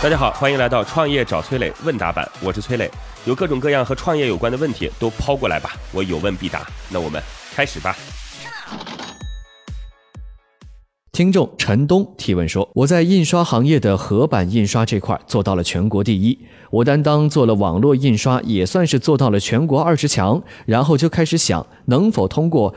大家好，欢迎来到创业找崔磊问答版，我是崔磊，有各种各样和创业有关的问题都抛过来吧，我有问必答。那我们开始吧。 听众陈东提问说，我在印刷行业的合版印刷这块做到了全国第一，我担当做了网络印刷，也算是做到了全国20强，然后就开始想能否通过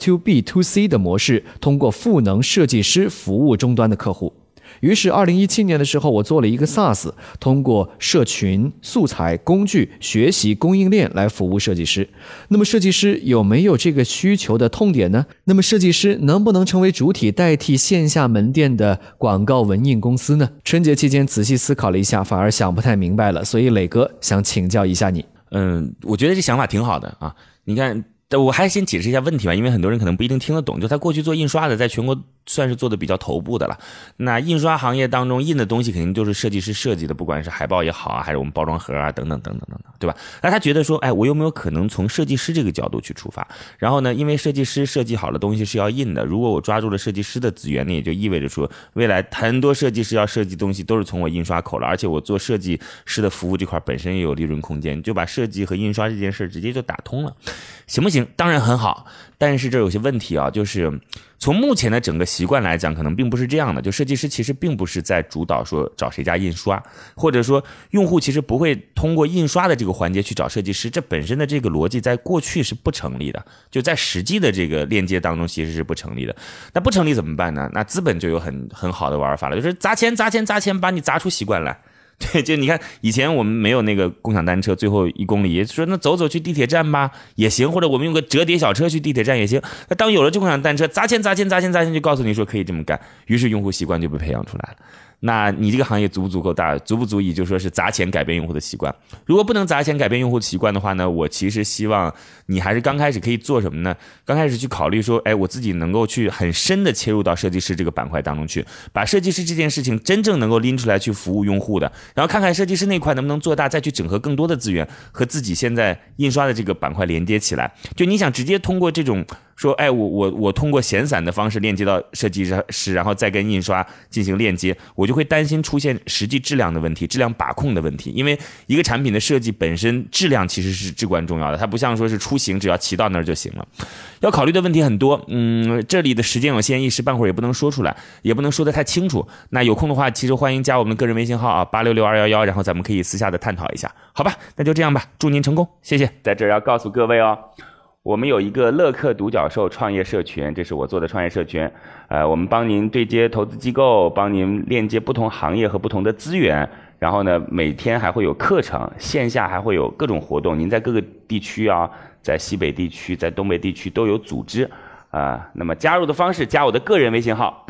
S2B2C 的模式，通过赋能设计师服务终端的客户。于是2017年的时候，我做了一个 SaaS， 通过社群、素材、工具、学习、供应链来服务设计师。那么设计师有没有这个需求的痛点呢？那么设计师能不能成为主体代替线下门店的广告文印公司呢？春节期间仔细思考了一下，反而想不太明白了，所以磊哥想请教一下你。 我觉得这想法挺好的啊。你看，我还先解释一下问题吧，因为很多人可能不一定听得懂。就他过去做印刷的，在全国算是做的比较头部的了。那印刷行业当中印的东西肯定就是设计师设计的，不管是海报也好啊，还是我们包装盒啊，等等等等等等，对吧？那他觉得说，我有没有可能从设计师这个角度去出发？然后呢，因为设计师设计好的东西是要印的，如果我抓住了设计师的资源，那也就意味着说，未来很多设计师要设计东西都是从我印刷口了，而且我做设计师的服务这块本身也有利润空间，就把设计和印刷这件事直接就打通了，行不行？当然很好，但是这有些问题啊，就是从目前的整个习惯来讲，可能并不是这样的。就设计师其实并不是在主导说找谁家印刷，或者说用户其实不会通过印刷的这个环节去找设计师，这本身的这个逻辑在过去是不成立的，就在实际的这个链接当中其实是不成立的。那不成立怎么办呢？那资本就有很好的玩法了，就是砸钱，把你砸出习惯来。对，就你看以前我们没有那个共享单车，最后1公里说那走去地铁站吧也行，或者我们用个折叠小车去地铁站也行。那当有了这共享单车，砸钱就告诉你说可以这么干，于是用户习惯就被培养出来了。那你这个行业足不足够大，足不足以就说是砸钱改变用户的习惯？如果不能砸钱改变用户的习惯的话呢，我其实希望你还是刚开始可以做什么呢？刚开始去考虑说，我自己能够去很深的切入到设计师这个板块当中去，把设计师这件事情真正能够拎出来去服务用户的，然后看看设计师那块能不能做大，再去整合更多的资源和自己现在印刷的这个板块连接起来。就你想直接通过这种说，我通过闲散的方式链接到设计师，然后再跟印刷进行链接，我就会担心出现实际质量的问题，质量把控的问题。因为一个产品的设计本身质量其实是至关重要的，它不像说是出行只要骑到那儿就行了，要考虑的问题很多。这里的时间有限，一时半会儿也不能说出来，也不能说得太清楚。那有空的话，其实欢迎加我们的个人微信号啊，866211，然后咱们可以私下的探讨一下，好吧？那就这样吧，祝您成功，谢谢。在这儿要告诉各位哦，我们有一个乐客独角兽创业社群，这是我做的创业社群。我们帮您对接投资机构，帮您链接不同行业和不同的资源。然后呢，每天还会有课程，线下还会有各种活动。您在各个地区啊，在西北地区，在东北地区都有组织那么加入的方式，加我的个人微信号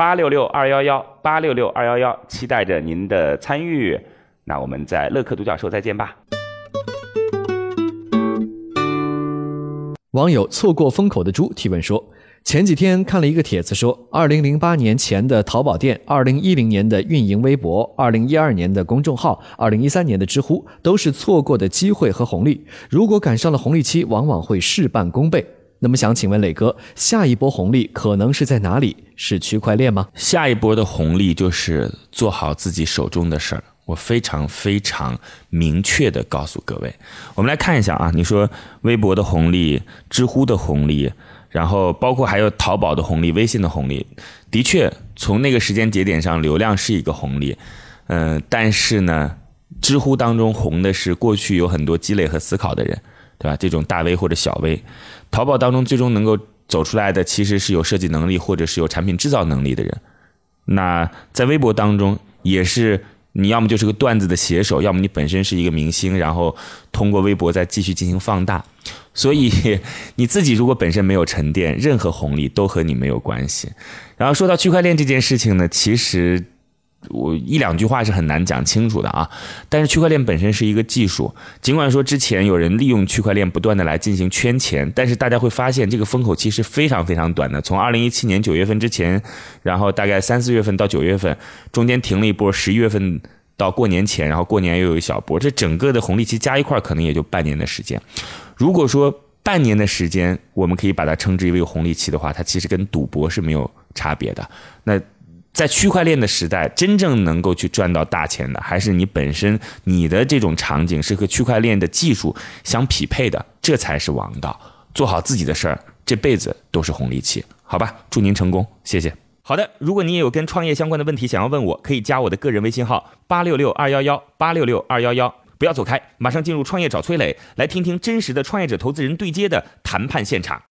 866211，866211，期待着您的参与。那我们在乐客独角兽再见吧。 网友错过风口的猪提问说，前几天看了一个帖子说，2008年前的淘宝店，2010年的运营微博，2012年的公众号，2013年的知乎，都是错过的机会和红利，如果赶上了红利期，往往会事半功倍。那么想请问磊哥，下一波红利可能是在哪里？是区块链吗？ 下一波的红利就是做好自己手中的事儿。我非常非常明确的告诉各位，我们来看一下啊，你说微博的红利，知乎的红利，然后包括还有淘宝的红利，微信的红利，的确从那个时间节点上流量是一个红利，但是呢，知乎当中红的是过去有很多积累和思考的人，对吧？这种大 V 或者小 V， 淘宝当中最终能够走出来的其实是有设计能力或者是有产品制造能力的人。那在微博当中也是，你要么就是个段子的写手，要么你本身是一个明星，然后通过微博再继续进行放大。所以你自己如果本身没有沉淀，任何红利都和你没有关系。然后说到区块链这件事情呢，其实我一两句话是很难讲清楚的啊。但是区块链本身是一个技术，尽管说之前有人利用区块链不断的来进行圈钱，但是大家会发现这个风口期是非常非常短的，从2017年9月份之前，然后大概3、4月份到9月份，中间停了一波，11月份到过年前，然后过年又有一小波，这整个的红利期加一块可能也就半年的时间。如果说半年的时间我们可以把它称之为红利期的话，它其实跟赌博是没有差别的。那在区块链的时代，真正能够去赚到大钱的，还是你本身你的这种场景是和区块链的技术相匹配的，这才是王道。做好自己的事儿，这辈子都是红利期，好吧？祝您成功，谢谢。好的，如果你也有跟创业相关的问题想要问我，可以加我的个人微信号866211866211。不要走开，马上进入创业找崔磊，来听听真实的创业者投资人对接的谈判现场。